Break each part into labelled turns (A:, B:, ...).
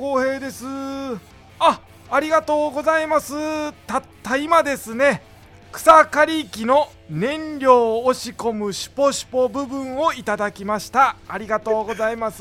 A: 浩平です。ありがとうございます。たった今ですね、草刈り機の燃料を押し込むシュポシュポ部分をいただきました。ありがとうございます。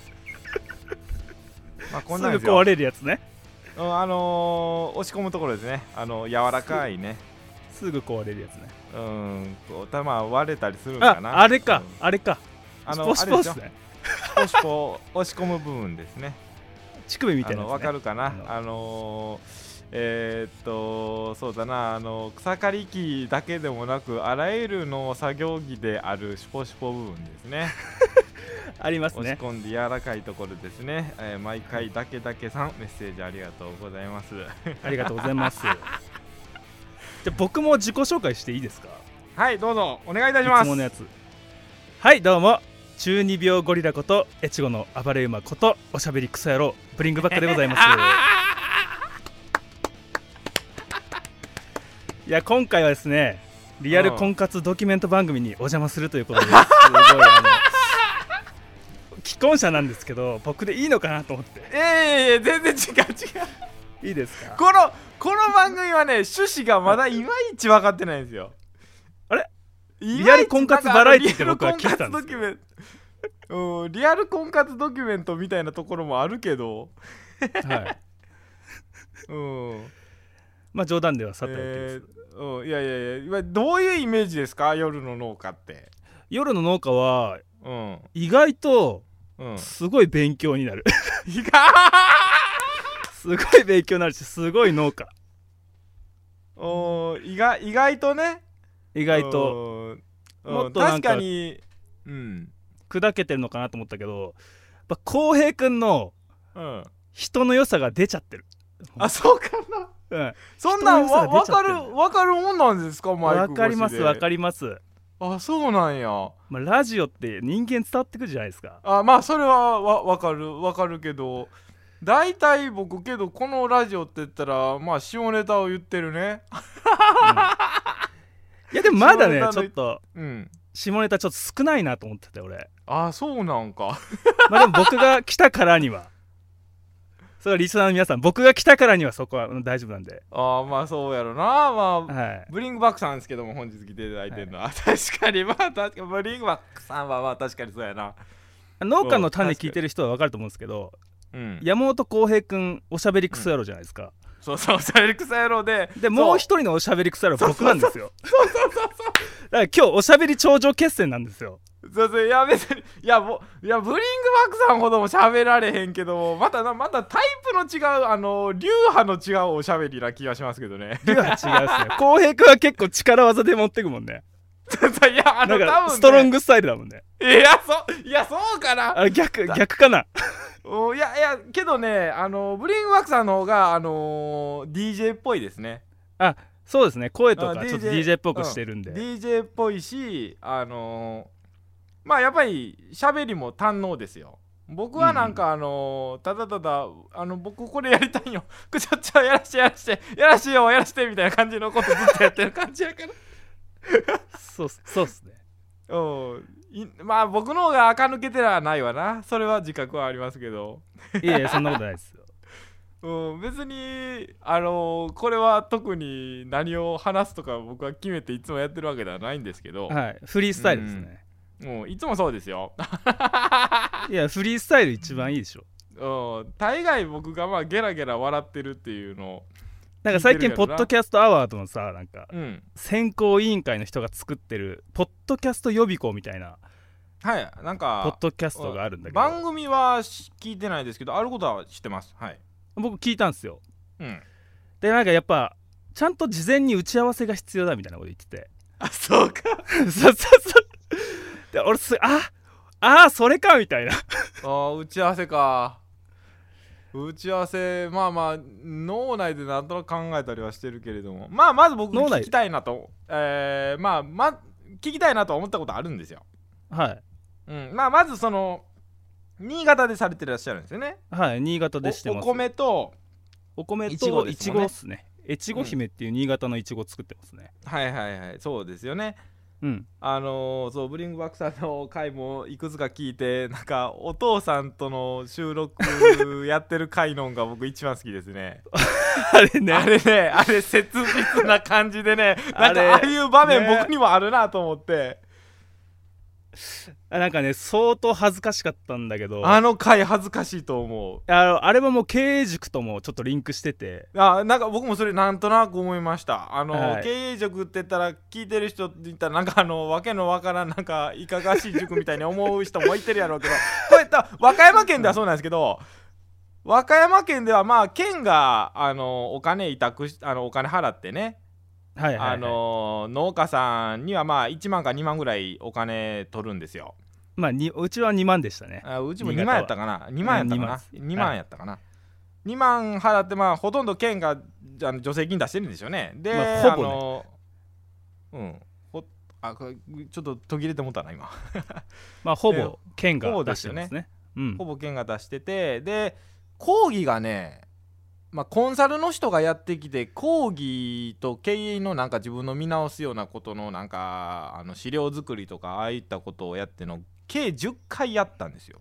A: こんなんですよ。
B: すぐ壊れるやつね。
A: 押し込むところですね。柔らかいね。
B: すぐ壊れるやつね。
A: 割れたりするんかな。
B: あれか、あれか。シュポシュポっすね。
A: シュポシュポ押し込む部分ですね。
B: 乳首みたいなやつね。
A: わかるかな。そうだな、草刈り機だけでもなくあらゆるの作業着であるシュポシュポ部分ですね。
B: ありますね。
A: 押し込んで柔らかいところですね。毎回だけさんメッセージありがとうございます。
B: ありがとうございます。じゃあ僕も自己紹介していいですか？
A: はい、どうぞお願いいたします。
B: いつものやつ。はい、どうも中二病ゴリラこと越後の暴れ馬ことおしゃべりクソ野郎ブリングバッカでございます。いや今回はですね、リアル婚活ドキュメント番組にお邪魔するということですごい既婚者なんですけど、僕でいいのかなと思って。
A: 全然違う。
B: いいですか？
A: この番組はね、趣旨がまだいまいち分かってないんですよ。
B: あれリアル婚活バラエティって僕は聞いたんです
A: よ。リアル婚活ドキュメントみたいなところもあるけど
B: はいまあ冗談ではさておきです。
A: いやどういうイメージですか？夜の農家って。
B: 夜の農家は、意外とすごい勉強になる。すごい勉強になるし、すごい農家。
A: 意外とね。
B: 意外ともっとなんか
A: 確かに
B: 砕けてるのかなと思ったけど、浩平くんの人の良さが出ちゃってる。
A: そうかな。そんなん分かるもんなんですか？マイク越しで。
B: 分かります。
A: そうなんや。
B: ラジオって人間伝わってくるじゃないですか。
A: それは分かるけど、大体僕けどこのラジオって言ったら下ネタを言ってるね。
B: いやでもまだねちょっと下ネタちょっと少ないなと思ってて俺。
A: そうなんか。
B: でも僕が来たからにはそれはリスナーの皆さん、僕が来たからにはそこは大丈夫なんで。
A: そうやろな。ブリングバックさんですけども、本日来ていただいてるのは、確かにブリングバックさんは確かにそうやな。
B: 農家の種聞いてる人は分かると思うんですけど、山本浩平くんおしゃべりクソ野郎じゃないですか。
A: そうおしゃべりクソ野郎で
B: もう一人のおしゃべりクソ野郎僕なんですよ。だから今日おしゃべり頂上決戦なんですよ。
A: いや別にブリングバックさんほども喋られへんけど、またタイプの違う流派の違うおしゃべりな気がしますけどね。
B: 流派違うっすね。浩平くんは結構力技で持ってくもんね。
A: いや多分ね、
B: ストロングスタイルだもんね。
A: そうかな。
B: 逆かな。
A: いやけどね、ブリングバックさんの方がDJ っぽいですね。
B: そうですね。声とかちょっと DJ っぽくしてるんで、
A: DJ っぽいし、やっぱり喋りも堪能ですよ。僕はなんかただ僕これやりたいよ、ちょやらしてみたいな感じのことずっとやってる感じやから。
B: そうっすね。
A: 僕の方が垢抜けてはないわな。それは自覚はありますけど。
B: いやそんなことないですよ。
A: 別にこれは特に何を話すとか僕は決めていつもやってるわけではないんですけど、
B: フリースタイルですね。
A: いつもそうですよ。
B: いやフリースタイル一番いいでしょ。
A: 大概僕がゲラゲラ笑ってるっていうのを
B: なんか最近ポッドキャストアワードのさ、なんか選考委員会の人が作ってるポッドキャスト予備校みたいな、
A: なんか
B: ポッドキャストがあるんだけど、
A: 番組は聞いてないですけどあることは知ってます。
B: 僕聞いたんですよ。でなんかやっぱちゃんと事前に打ち合わせが必要だみたいなこと言ってて。
A: そうか。
B: そうで俺それかみたいな。
A: 打ち合わせか。打ち合わせ脳内でなんとなく考えたりはしてるけれども、まず僕聞きたいなと聞きたいなと思ったことあるんですよ。まず新潟でされてらっしゃるんですよね。
B: 新潟でしてます。お米といちごっすね。越後姫っていう新潟のいちご作ってますね。
A: そうですよね。
B: うん、
A: そうブリングバックさんの回もいくつか聞いて、なんかお父さんとの収録やってる回のが僕一番好きですね
B: あれね、
A: あれ切実な感じでねなんかああいう場面、僕にもあるなと思って、
B: なんかね相当恥ずかしかったんだけど、
A: あの回恥ずかしいと思う。
B: あれはもう経営塾ともちょっとリンクしてて、
A: なんか僕もそれなんとなく思いました。
B: はい、
A: 経営塾って言ったら聞いてる人って言ったらなんかわけのわからんなんかいかがわしい塾みたいに思う人もいてるやろうけどこういった和歌山県ではそうなんですけど、和歌山県ではまあ県がお金委託しお金払ってね、
B: はいはいはい、
A: 農家さんにはまあ1万か2万ぐらいお金取るんですよ。
B: まあうちは2万でしたね。
A: うちも2万やったかな、2万やったかな、2万やったかな、2万払って、まあほとんど県が助成金出してるんですよね。で、
B: まあ、ほぼね、
A: これちょっと途切れてもったな今
B: まあほぼ県が出してますね。
A: ほぼ県が出してて、で講義がね、まあ、コンサルの人がやってきて講義と経営のなんか自分の見直すようなことのなんか資料作りとかああいったことをやっての計10回やったんですよ。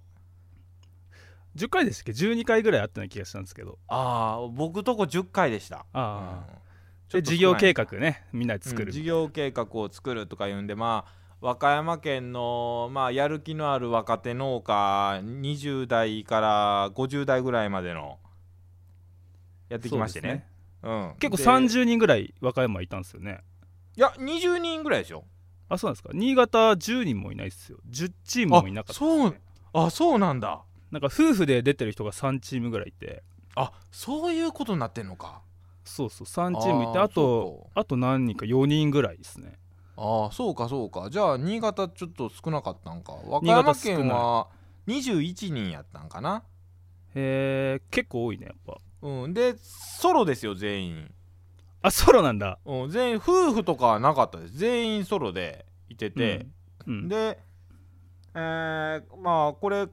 B: 10回でしたっけ？12回ぐらいあったような気がしたんですけど、
A: 僕とこ10回でした。
B: で事業計画ね、みんなで作る、
A: 事業計画を作るとかいうんで、まあ和歌山県の、まあ、やる気のある若手農家20代から50代ぐらいまでのやってきましてね。
B: 結構30人ぐらい和歌山いたんですよね。
A: いや20人ぐらいですよ。
B: そうなんですか。新潟10人もいないっすよ。10チームもいなかったですね。
A: そうなんだ。
B: なんか夫婦で出てる人が3チームぐらいいて、
A: そういうことになってんのか。
B: そう3チームいて、あと何人か4人ぐらいですね。
A: そうかじゃあ新潟ちょっと少なかったんか。和歌山県は21人やったんかな。
B: 結構多いねやっぱ。
A: でソロですよ全員。
B: ソロなんだ。
A: 全員夫婦とかはなかったです。全員ソロでいてて、でまあこれ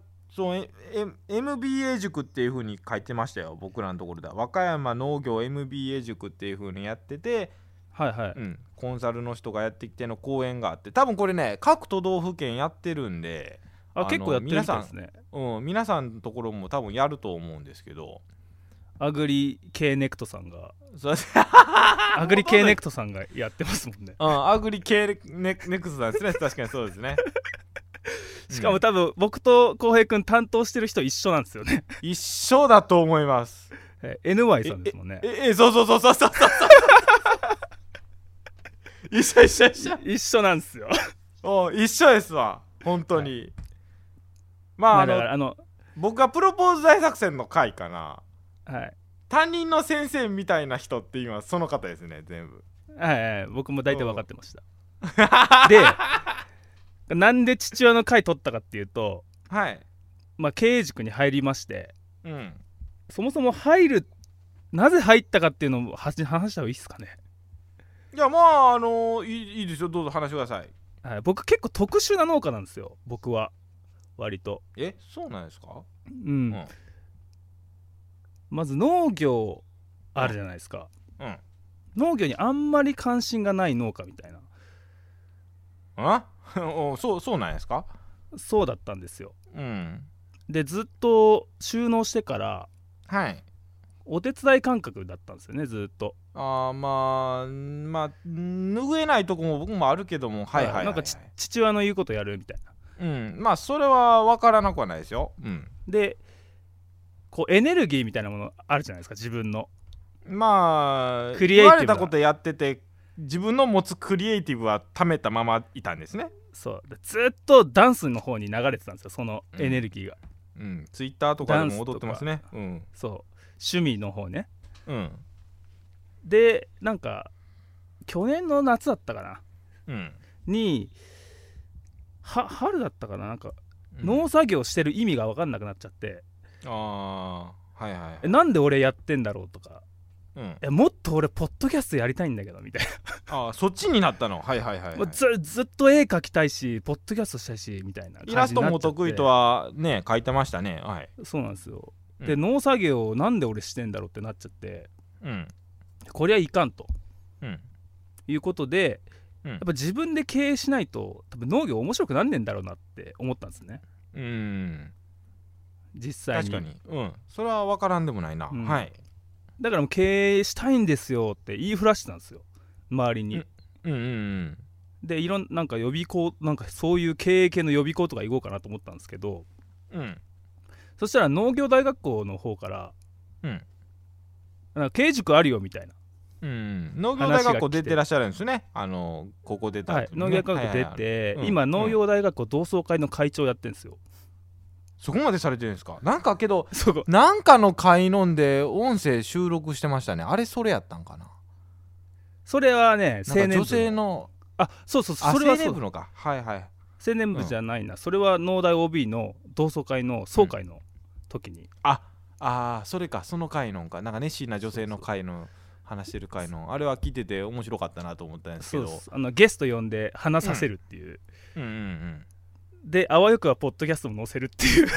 A: MBA 塾っていう風に書いてましたよ、僕らのところでは。和歌山農業 MBA 塾っていう風にやってて、コンサルの人がやってきての講演があって、多分これね各都道府県やってるんで、
B: 結構やってるみたいですね。
A: 皆さんのところも多分やると思うんですけど、
B: アグリ系ネクトさんがアグリ系ネクトさんがやってますもんね。
A: アグリ系ネクトさんですね。確かにそうですね。
B: しかも多分僕と浩平くん担当してる人一緒なんですよね。
A: 一緒だと思います。
B: NY さんですもんね。
A: そう
B: 一緒なんですよ。
A: 一緒ですわ本当に。まあ僕がプロポーズ大作戦の回かな。担任の先生みたいな人って今その方ですね全部。
B: 僕も大体分かってました。でなんで父親の回取ったかっていうと、まあ経営塾に入りまして、そもそもなぜ入ったかっていうのを話した方がいいですかね。
A: いやまあいいですよ、どうぞ話してください。
B: 僕結構特殊な農家なんですよ、僕は。割と。
A: そうなんですか。
B: まず農業あるじゃないですか。農業にあんまり関心がない農家みたいな。
A: そうなんですか。
B: そうだったんですよ。でずっと就農してからお手伝い感覚だったんですよね、ずっと。ま
A: あ拭えないとこも僕もあるけども、
B: なんか父親の言うことやるみたい
A: な。まあそれは分からなくはないですよ。
B: でこうエネルギーみたいなものあるじゃないですか、自分の。
A: まあ言われたことやってて自分の持つクリエイティブは溜めたままいたんですね。
B: ずっとダンスの方に流れてたんですよ、そのエネルギーが。
A: ツイッターとかでも踊ってますね。
B: 趣味の方ね。でなんか去年の夏だったかな、に春だったかな、なんか農作業してる意味が分かんなくなっちゃって、なんで俺やってんだろうとか、もっと俺ポッドキャストやりたいんだけどみたい
A: な。そっちになったの。
B: ずっと絵描きたいしポッドキャストしたいしみたいな感じになっちゃって。
A: イラストも得意とはね書いてましたね。
B: そうなんですよ。で農作業をなんで俺してんだろうってなっちゃって、こりゃいかんと、いうことで、 やっぱ自分で経営しないと多分農業面白くなんねえんだろうなって思ったんですね。実際に
A: 確かに、それは分からんでもないな、はい。
B: だからもう経営したいんですよって言いふらしてたんですよ、周りに。でなんか予備校、なんかそういう経営系の予備校とか行こうかなと思ったんですけど、そしたら農業大学校の方から、なんか経営塾あるよみたいな、
A: 農業大学校出てらっしゃるんですね。ここ出た、
B: 農業大学校出て、今農業大学校同窓会の会長やってるんですよ。
A: そこまでされてるんですか。なんかけどなんかの会飲んで音声収録してましたね。あれそれやったんかな。
B: それはね、青年部
A: 女性の、
B: そうそれは
A: 青年部のか、青
B: 年部じゃないな、それは農大 OB の同窓会の総会の時に、
A: それか、その会のか、なんか熱心な女性の会の話してる会の、あれは聞いてて面白かったなと思ったんですけど、
B: ゲスト呼んで話させるっていう、であわよくはポッドキャストも載せるっていう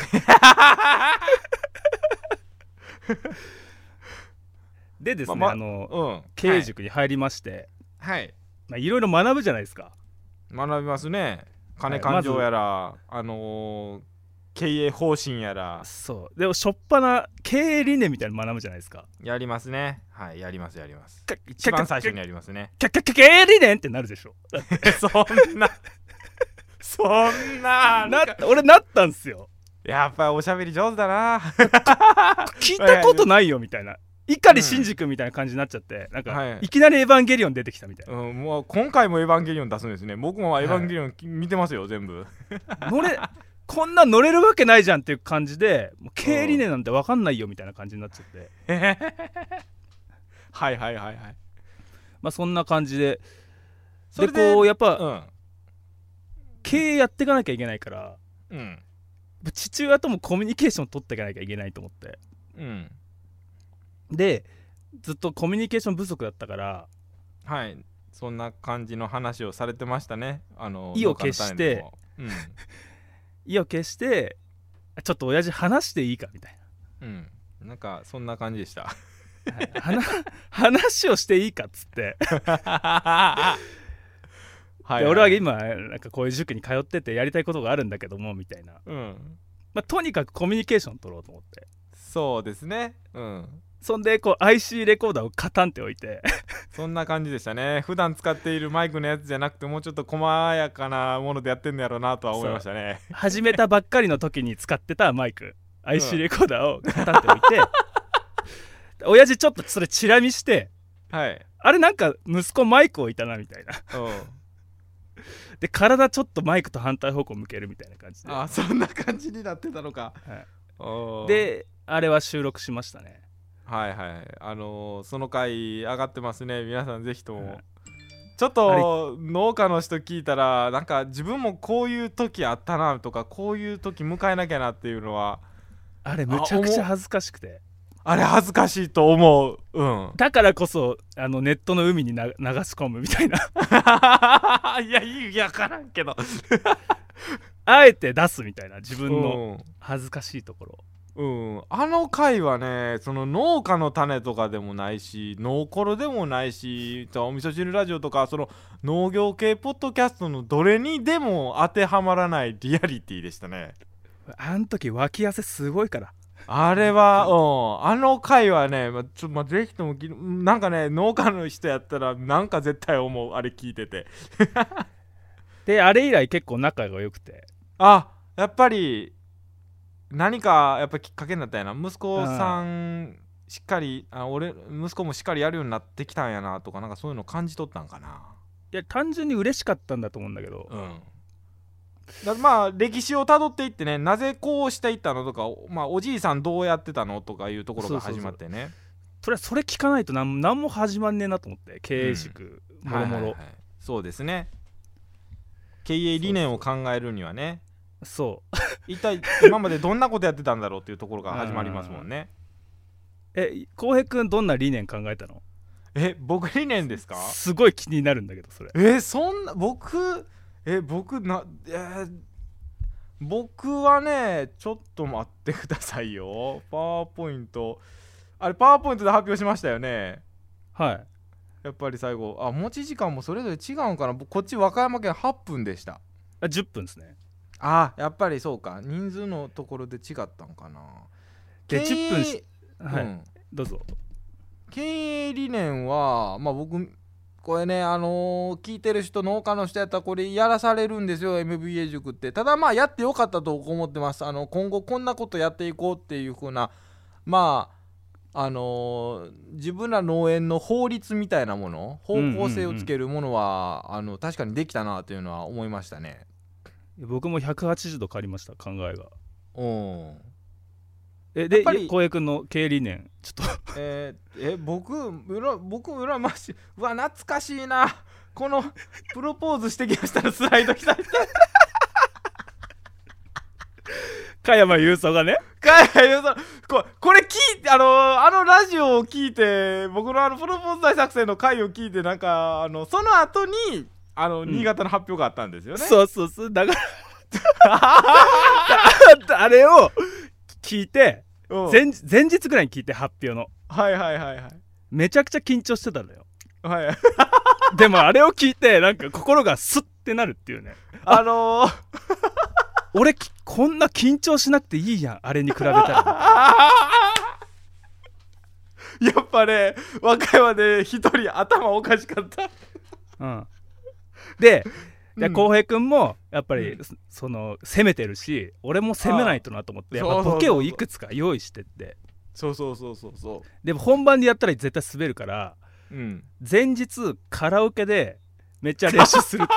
B: でですね、経営塾に入りまして、いろいろ学ぶじゃないですか。
A: 学びますね。金勘定やら、経営方針やら。
B: そうでもしょっぱな経営理念みたいなの学ぶじゃないですか。
A: やりますね。はい、やります一番最初にやりますね。
B: 経営理念ってなるでしょ。
A: そんな
B: 俺なったんすよ。
A: やっぱりおしゃべり上手だな。
B: 聞いたことないよみたいな、碇シンジ君みたいな感じになっちゃって、なんか、いきなりエヴァンゲリオン出てきたみたいな、
A: もう今回もエヴァンゲリオン出すんですね。僕もエヴァンゲリオン見てますよ、全部。
B: こんな乗れるわけないじゃんっていう感じで、もう経営理念なんて分かんないよみたいな感じになっちゃって、そんな感じで、でこうやっぱ、経営やっていかなきゃいけないから、父親ともコミュニケーション取っていかなきゃいけないと思って、でずっとコミュニケーション不足だったから、
A: そんな感じの話をされてましたね。
B: 意を決して意を決してちょっと親父話していいかみたい
A: な、なんかそんな感じでした。
B: 話をしていいかっつって俺は今なんかこういう塾に通っててやりたいことがあるんだけどもみたいな、とにかくコミュニケーション取ろうと思って。
A: そうですね。
B: そんでこう IC レコーダーをカタンって置いて
A: そんな感じでしたね。普段使っているマイクのやつじゃなくて、もうちょっと細やかなものでやってんのやろうなとは思いましたね。
B: 始めたばっかりの時に使ってたマイク、IC レコーダーをカタンって置いて、親父ちょっとそれチラ見して、あれなんか息子マイク置いたなみたいなで体ちょっとマイクと反対方向向けるみたいな感じで、
A: そんな感じになってたのか。
B: であれは収録しましたね。
A: その回上がってますね。皆さんぜひとも、ちょっと農家の人聞いたら、なんか自分もこういう時あったなとか、こういう時迎えなきゃなっていうのは、
B: あれむちゃくちゃ恥ずかしくて、
A: あれ恥ずかしいと思う。
B: だからこそネットの海に流し込むみたいな
A: いや意味わからんけど
B: あえて出すみたいな、自分の恥ずかしいところ。
A: あの回はね、その農家の種とかでもないし、農コロでもないし、お味噌汁ラジオとか、その農業系ポッドキャストのどれにでも当てはまらないリアリティでしたね。
B: あの時脇汗すごいから、
A: あれはあの回はね、ぜひともなんかね、農家の人やったらなんか絶対思う、あれ聞いてて
B: であれ以来結構仲が良くて、
A: やっぱり何かやっぱきっかけになったやな。息子さんしっかり、息子もしっかりやるようになってきたんやなとか、なんかそういうの感じ取ったんかな。
B: いや単純に嬉しかったんだと思うんだけど、
A: だ歴史をたどっていってね、なぜこうしていったのとか、おじいさんどうやってたのとかいうところが始まってね。
B: それ聞かないと何も始まんねえなと思って、経営塾もろもろ。
A: そうですね、経営理念を考えるにはね、一体今までどんなことやってたんだろうっていうところから始まりますもんね。
B: 浩平くんどんな理念考えたの？
A: 僕理念ですか？
B: すごい気になるんだけどそれ。
A: そんな僕はね、ちょっと待ってくださいよ。パワーポイントで発表しましたよね。 やっぱり最後持ち時間もそれぞれ違うんかな。こっち和歌山県8分でした。
B: 10分ですね。
A: やっぱりそうか、人数のところで違ったんかな。
B: で10分はい、どうぞ。
A: 経営理念は僕これね聞いてる人、農家の人やったらこれやらされるんですよ MBA 塾って。ただやってよかったと思ってます。今後こんなことやっていこうっていう風な自分ら農園の法律みたいなもの、方向性をつけるものは、確かにできたなというのは思いましたね。
B: 僕も180度変わりました、考えが。で浩平君の経営理念ちょっと
A: 僕羨ましい。うわ懐かしいな。このプロポーズしてきましたらスライド来た
B: 加山雄三がね、
A: これ聞いてラジオを聞いて、僕のプロポーズ大作戦の回を聞いて、なんかその後に新潟の発表があったんですよね。
B: そうだからあれを聞いて、前日ぐらいに聞いて、発表のめちゃくちゃ緊張してたのよ。でもあれを聞いてなんか心がスッてなるっていうね。俺こんな緊張しなくていいやん、あれに比べたら。
A: やっぱね、和歌山で一人頭おかしかった。
B: で浩平君もやっぱり、攻めてるし、俺も攻めないとなと思って、やっぱボケをいくつか用意してって。
A: そう
B: でも本番でやったら絶対滑るから、前日カラオケでめっちゃ練習するって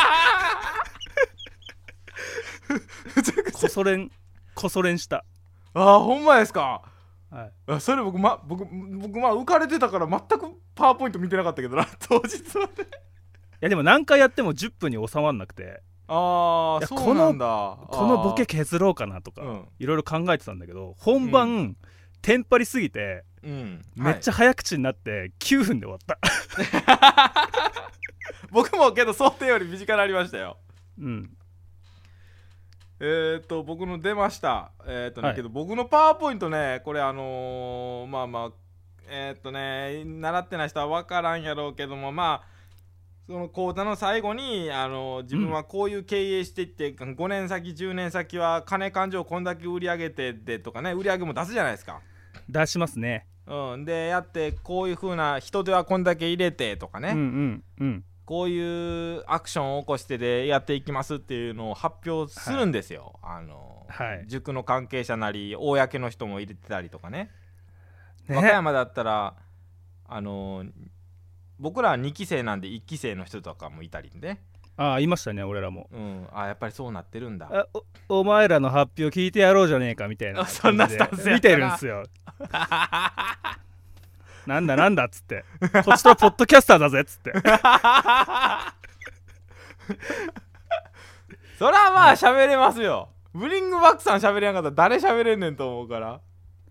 B: いうこそ練した。
A: ほんまですか。それ僕浮かれてたから全くパワーポイント見てなかったけどな、当日はね。
B: いやでも何回やっても10分に収まんなくて、
A: そうなんだ。
B: このボケ削ろうかなとかいろいろ考えてたんだけど、本番、テンパりすぎて、めっちゃ早口になって9分で終わった。
A: 僕もけど想定より短くなりましたよ。僕の出ました。けど僕のパワーポイントね、これ習ってない人は分からんやろうけども、その講座の最後に自分はこういう経営していって、5年先10年先は金勘定こんだけ売り上げてでとかね、売り上げも出すじゃないですか。
B: 出しますね。
A: でやってこういう風な人手はこんだけ入れてとかね、こういうアクションを起こしてでやっていきますっていうのを発表するんですよ。塾の関係者なり公の人も入れてたりとかね。和歌山だったら僕らは2期生なんで1期生の人とかもいたりね。
B: いましたね、俺らも。
A: やっぱりそうなってるんだ。
B: お前らの発表聞いてやろうじゃねえかみたいな
A: そんなスタンス
B: 見てるんすよ。なんだっつって、こっちとはポッドキャスターだぜっつって。
A: そりゃ喋れますよ。ブリングバックさん喋れなかったら誰喋れんねんと思うから。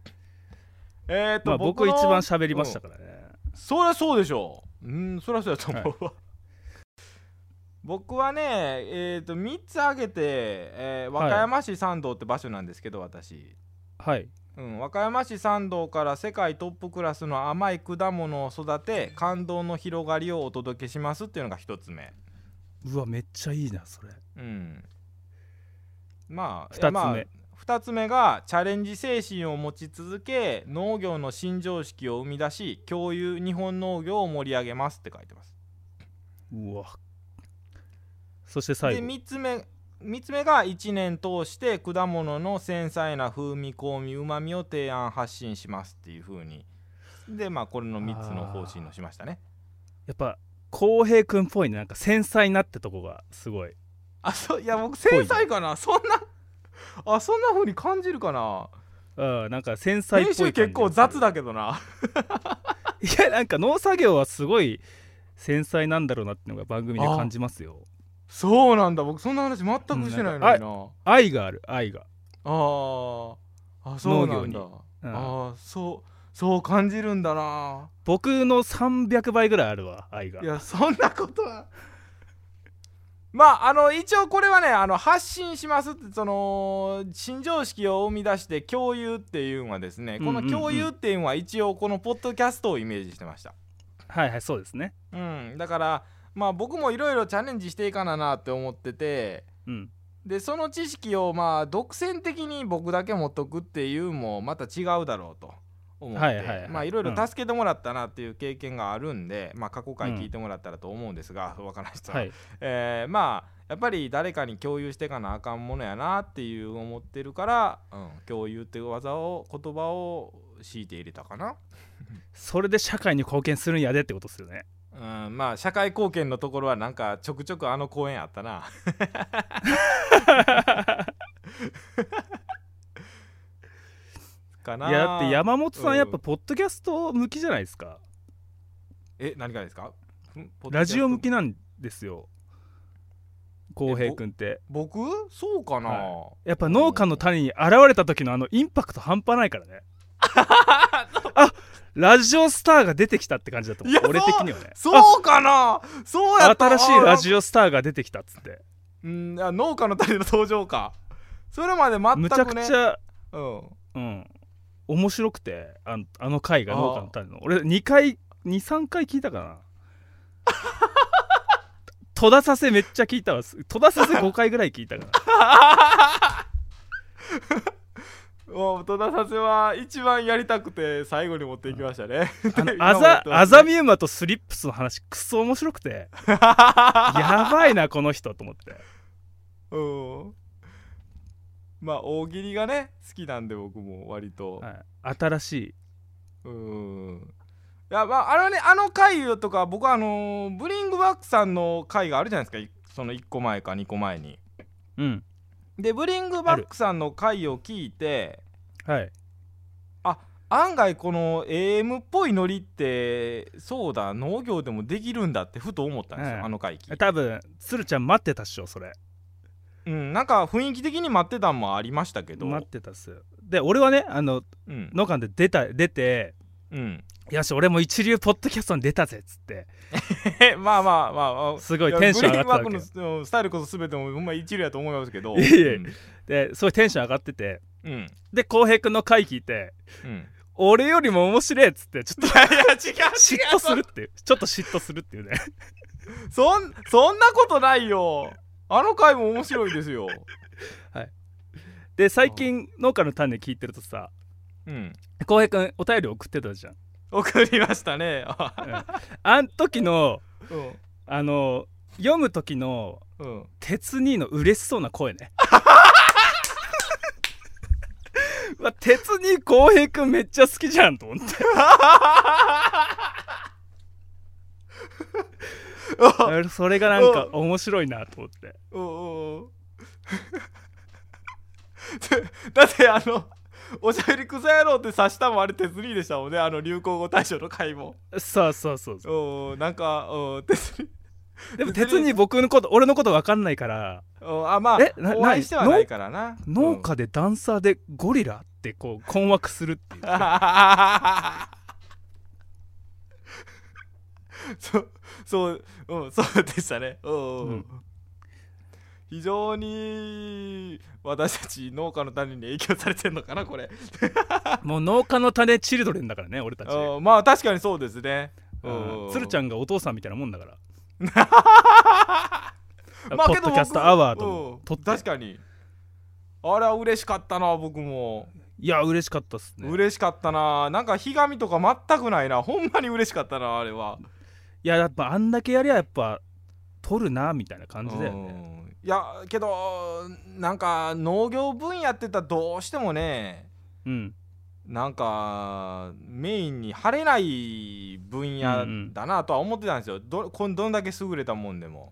B: 僕一番喋りましたからね。
A: そりゃそうでしょう。そりゃそうやと思うわ。僕はね3つ挙げて、和歌山市山道って場所なんですけど、私和歌山市山道から世界トップクラスの甘い果物を育て、感動の広がりをお届けしますっていうのが1つ目。
B: うわめっちゃいいなそれ。
A: 2つ目がチャレンジ精神を持ち続け、農業の新常識を生み出し共有日本農業を盛り上げますって書いてます。
B: うわ。そして最後
A: で3つ目が1年通して果物の繊細な風味香味うまみを提案発信しますっていう風に。でこれの3つの方針のしましたね。
B: やっぱ浩平くんっぽいね。なんか繊細なってとこがすごい。
A: いや僕繊細かな、そんな風に感じるかな。
B: なんか繊細っぽい感じ。
A: 編集結構雑だけどな。
B: いやなんか農作業はすごい繊細なんだろうなってのが番組で感じますよ。
A: そうなんだ。僕そんな話全くしてないのにな。
B: 愛がある。愛が。
A: そうなんだ。そう感じるんだな。
B: 僕の300倍ぐらいあるわ、愛が。
A: いやそんなことは。一応これはね発信しますって、その新常識を生み出して共有っていうのはですね、この共有っていうのは一応このポッドキャストをイメージしてました。
B: はいはい、そうですね。
A: だからまあ僕もいろいろチャレンジしていかなって思ってて、でその知識をまあ独占的に僕だけ持っとくっていうもまた違うだろうと思って、まあいろいろ助けてもらったなっていう経験があるんで、まあ過去回聞いてもらったらと思うんですが、分からない人は、まあやっぱり誰かに共有していかなあかんものやなっていう思ってるから、共有っていう言葉を強いて入れたかな。
B: それで社会に貢献するんやでってことですよね。
A: まあ社会貢献のところはなんかちょくちょくあの公演あったな
B: かな。いやだって山本さんやっぱポッドキャスト向きじゃないですか。
A: 何がですか？
B: ラジオ向きなんですよ、浩平君って。
A: 僕そうかな、
B: やっぱ農家の種に現れた時のあのインパクト半端ないからねあ、ラジオスターが出てきたって感じだと思う、俺的にはね。
A: そうかな、そうやった。
B: 新しいラジオスターが出てきたっつって。
A: 農家の種の登場か。それまで全くね、
B: むちゃくちゃ面白くて、あの回が農家の種の俺2回2,3回聞いたかな戸田させめっちゃ聞いたわ。戸田させ5回ぐらい聞いたから
A: 戸田させは一番やりたくて最後に持っていきましたね
B: アザミウマとスリップスの話クソ面白くてやばいなこの人と思って。
A: まあ大喜利がね好きなんで僕も割と、
B: 新しい。
A: いやまああの回とか僕はブリングバックさんの回があるじゃないですか、その1個前か2個前に。でブリングバックさんの回を聞いて、案外この AM っぽいノリってそうだ農業でもできるんだってふと思ったんですよ、あの回聞いて。
B: 多分鶴ちゃん待ってたっしょそれ。
A: なんか雰囲気的に待ってたんもありましたけど。
B: 待ってたっすよ。で俺はね農家で出て、よし俺も一流ポッドキャストに出たぜっつって
A: まあ
B: すごいテンション上がってたわけ。
A: ブリングバックのスタイルこそ全てもほんま一流やと思いますけど
B: ですごいテンション上がってて、で浩平君の回聞いて、俺よりも面白いっつってちょっと嫉妬するっていう、ちょっと嫉妬するっていうね
A: そんなことないよ、あの回も面白いですよ
B: で最近農家の種聞いてるとさ、浩平君お便り送ってたじゃん。
A: 送りましたね
B: あん時の読む時の鉄兄の嬉しそうな声ね鉄兄浩平君めっちゃ好きじゃんと思ってそれがなんか面白いなと思って。
A: だっておしゃべりクソ野郎って刺したもあれ鉄兄でしたもんね、流行語大賞の回も。
B: そう
A: なんか鉄兄
B: でも鉄兄俺のこと分かんないから、
A: まあお会いしてはないからな。
B: 農家でダンサーでゴリラってこう困惑するっていう
A: そうでしたね。非常に私たち農家の種に影響されてんのかなこれ
B: もう農家の種チルドレンだからね俺たち。
A: まあ確かにそうですね。
B: 鶴ちゃんがお父さんみたいなもんだから
A: まあ
B: ポッドキャストアワード
A: とって確かにあれは嬉しかったな。僕も
B: いや嬉しかったっすね。
A: 嬉しかったな。なんかひがみとか全くないな。ほんまに嬉しかったなあれは。
B: いややっぱあんだけやりゃやっぱ取るなみたいな感じだよね。
A: いやけどなんか農業分野って言ったらどうしてもね、なんかメインに張れない分野だなとは思ってたんですよ。どんだけ優れたもんでも。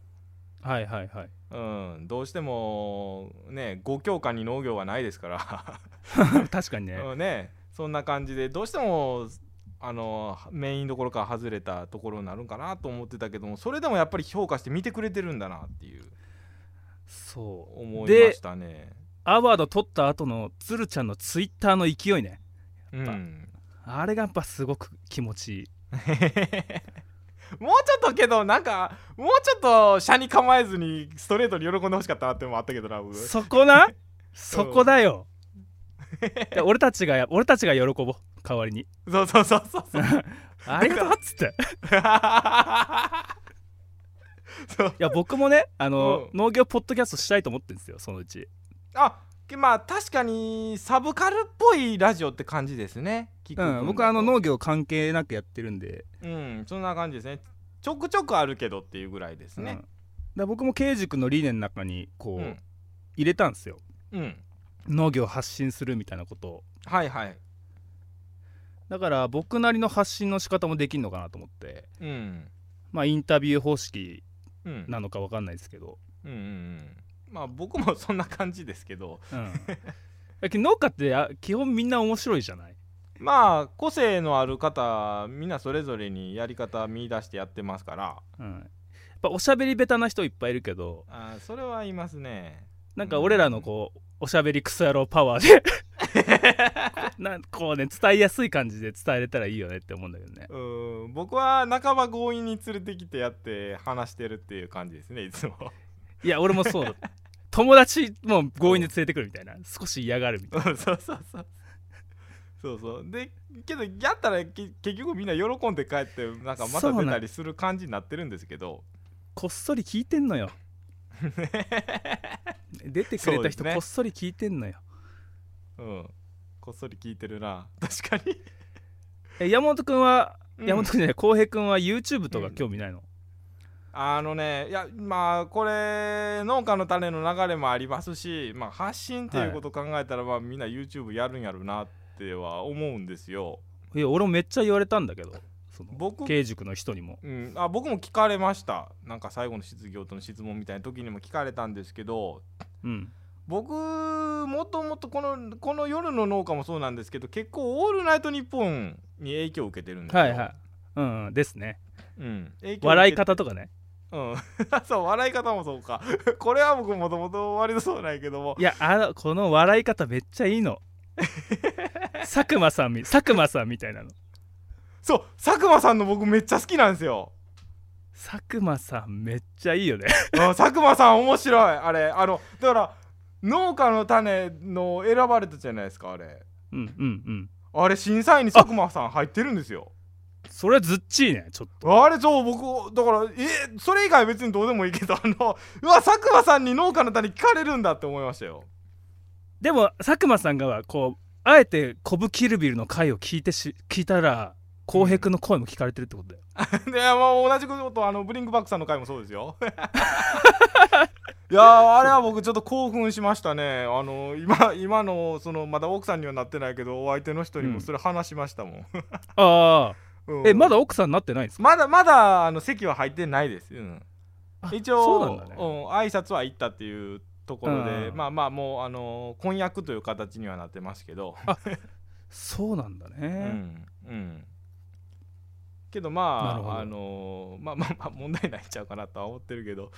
A: どうしてもね5教科に農業はないですから
B: 確かにね、
A: そんな感じでどうしてもメインどころから外れたところになるんかなと思ってたけども、それでもやっぱり評価して見てくれてるんだなっていう
B: そう
A: 思いましたね。
B: アワード取った後の鶴ちゃんのツイッターの勢いね、あれがやっぱすごく気持ちいい
A: もうちょっとけどなんかもうちょっと車に構えずにストレートに喜んでほしかったなってのもあったけどな。
B: そこだよ俺たちが喜ぼう代わりに。
A: そうそうそうそう
B: ありがとうっつっていや僕もね農業ポッドキャストしたいと思ってるんですよ、そのうち。
A: まあ確かにサブカルっぽいラジオって感じですね。
B: 僕は農業関係なくやってるんで、
A: そんな感じですね。ちょくちょくあるけどっていうぐらいですね。
B: だ僕も慶塾の理念の中にこう、入れたんですよ、農業を発信するみたいなことを。
A: はいはい。
B: だから僕なりの発信の仕方もできるのかなと思って、まあインタビュー方式なのか分かんないですけど、
A: まあ僕もそんな感じですけど、
B: 農家って基本みんな面白いじゃない。
A: まあ個性のある方みんなそれぞれにやり方見出してやってますから、
B: やっぱおしゃべり下手な人いっぱいいるけど、
A: それはいますね。
B: なんか俺らのこうおしゃべりクソ野郎パワーでこうね伝えやすい感じで伝えれたらいいよねって思うんだけどね。
A: 僕は半ば強引に連れてきてやって話してるっていう感じですね、いつも。
B: いや俺もそうだ友達も強引に連れてくるみたいな、少し嫌がるみたいな
A: そうでけどやったら結局みんな喜んで帰ってなんかまた出たりする感じになってるんですけど、
B: こっそり聞いてんのよ出てくれた人こっそり聞いてんのよ。
A: こっそり聞いてるな、確かに。
B: 山本くんは、山本くんじゃない、浩平くんは YouTube とか興味ないの？
A: いやまあこれ農家の種の流れもありますし、まあ、発信っていうことを考えたら、まあみんな YouTube やるんやろうなっては思うんですよ。
B: いや俺もめっちゃ言われたんだけど、慶塾の人にも、
A: 僕も聞かれました。なんか最後の質疑応答の質問みたいな時にも聞かれたんですけど、僕もともとこの夜の農家もそうなんですけど、結構オールナイトニッポンに影響を受けてるんですよ。
B: ですね。
A: 笑
B: い方とかね。
A: そう笑い方もそうかこれは僕もともと割とそうなんやけども、
B: いやこの笑い方めっちゃいいの佐久間さんみたいなの。
A: そう佐久間さんの僕めっちゃ好きなんですよ。
B: 佐久間さんめっちゃいいよね
A: 佐久間さん面白い。あれだから農家の種の選ばれたじゃないですか、あれ。あれ審査員に佐久間さん入ってるんですよ。
B: それずっちいね、ちょっと。
A: あれそう僕だからそれ以外別にどうでもいいけどうわ佐久間さんに農家の種聞かれるんだって思いましたよ。
B: でも佐久間さんがこうあえてコブキルビルの回を聞いたら浩平君の声も聞かれてるってことだよ。
A: でもう同じことブリンクバックさんの回もそうですよいやあれは僕ちょっと興奮しましたね。今のまだ奥さんにはなってないけどお相手の人にもそれ話しましたもん、ま
B: だ奥さんになってないんですか？
A: まだ席は入ってないです、一応
B: そうなんだね、
A: 挨拶は行ったっていうところで、まあもう婚約という形にはなってますけど
B: そうなんだね。
A: けどまあ問題ないんちゃうかなとは思ってるけど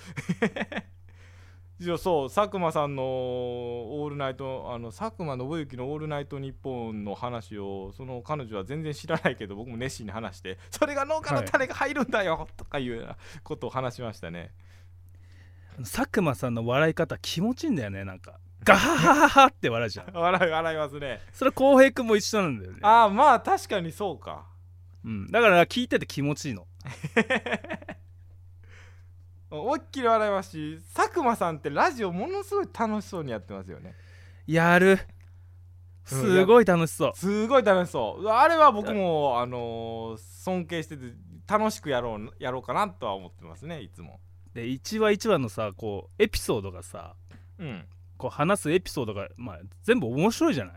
A: そう佐久間さんのオールナイト佐久間信之のオールナイトニッポンの話を彼女は全然知らないけど僕も熱心に話して、それが農家の種が入るんだよ、とかいうようなことを話しましたね。
B: 佐久間さんの笑い方気持ちいいんだよね。なんかガハハハハって笑うじゃん
A: 笑いますね。
B: それ浩平君も一緒なんだよね。
A: まあ確かにそうか。
B: だから聞いてて気持ちいいの
A: 思いっきり笑いますし、佐久間さんってラジオものすごい楽しそうにやってますよね。
B: やる、すごい楽しそう、
A: すごい楽しそう。あれは僕も尊敬してて楽しくやろうかなとは思ってますね、いつも。
B: で一話一話のさこうエピソードがさ、こう話すエピソードが、全部面白いじゃない。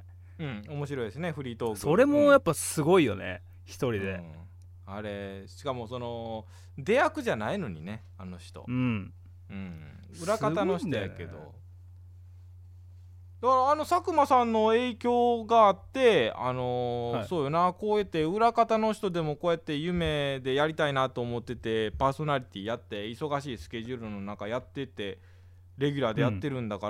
A: 面白いですね、フリートーク。
B: それもやっぱすごいよね、一人で。
A: あれしかも出役じゃないのにね、あの人。裏方の人やけど、だから佐久間さんの影響があって、そうよな、こうやって裏方の人でもこうやって夢でやりたいなと思っててパーソナリティやって忙しいスケジュールの中やっててレギュラーでやってるんだから、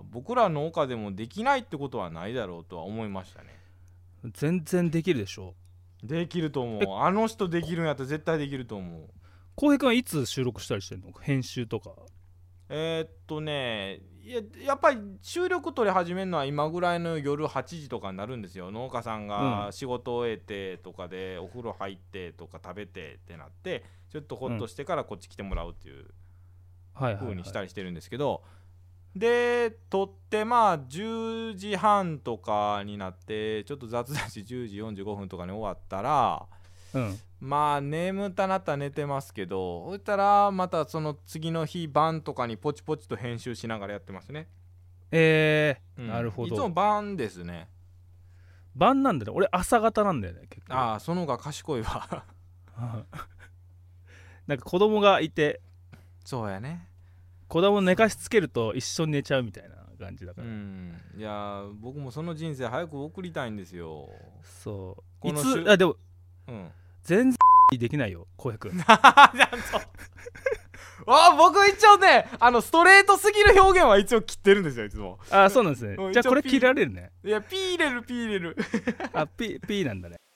A: 僕ら農家でもできないってことはないだろうとは思いましたね。
B: 全然できるでしょ。
A: できると思う。あの人できるんやったら絶対できると思う。
B: 浩平君はいつ収録したりしてんの？編集とか。
A: やっぱり収録取り始めるのは今ぐらいの夜8時とかになるんですよ。農家さんが仕事を終えてとかで、お風呂入ってとか食べてってなって、ちょっとホッとしてからこっち来てもらうっていう風にしたりしてるんですけど、で撮ってまあ10時半とかになって、ちょっと雑談し10時45分とかに終わったら、まあ眠たなったら寝てますけど、そしたらまたその次の日晩とかにポチポチと編集しながらやってますね。
B: なるほど。
A: いつも晩ですね。
B: 晩なんだね。俺朝方なんだよね結構。
A: ああ、その方が賢いわ
B: なんか子供がいて、
A: そうやね、
B: 子供寝かしつけると一緒に寝ちゃうみたいな感じだから。
A: いや僕もその人生早く送りたいんですよ。
B: そういつでも、全然できないよ浩平君。
A: 僕一応ね、ストレートすぎる表現は一応切ってるんですよいつも。
B: そうなんですね。じゃあこれ切られるね。
A: いやピー入れる
B: ピーなんだね。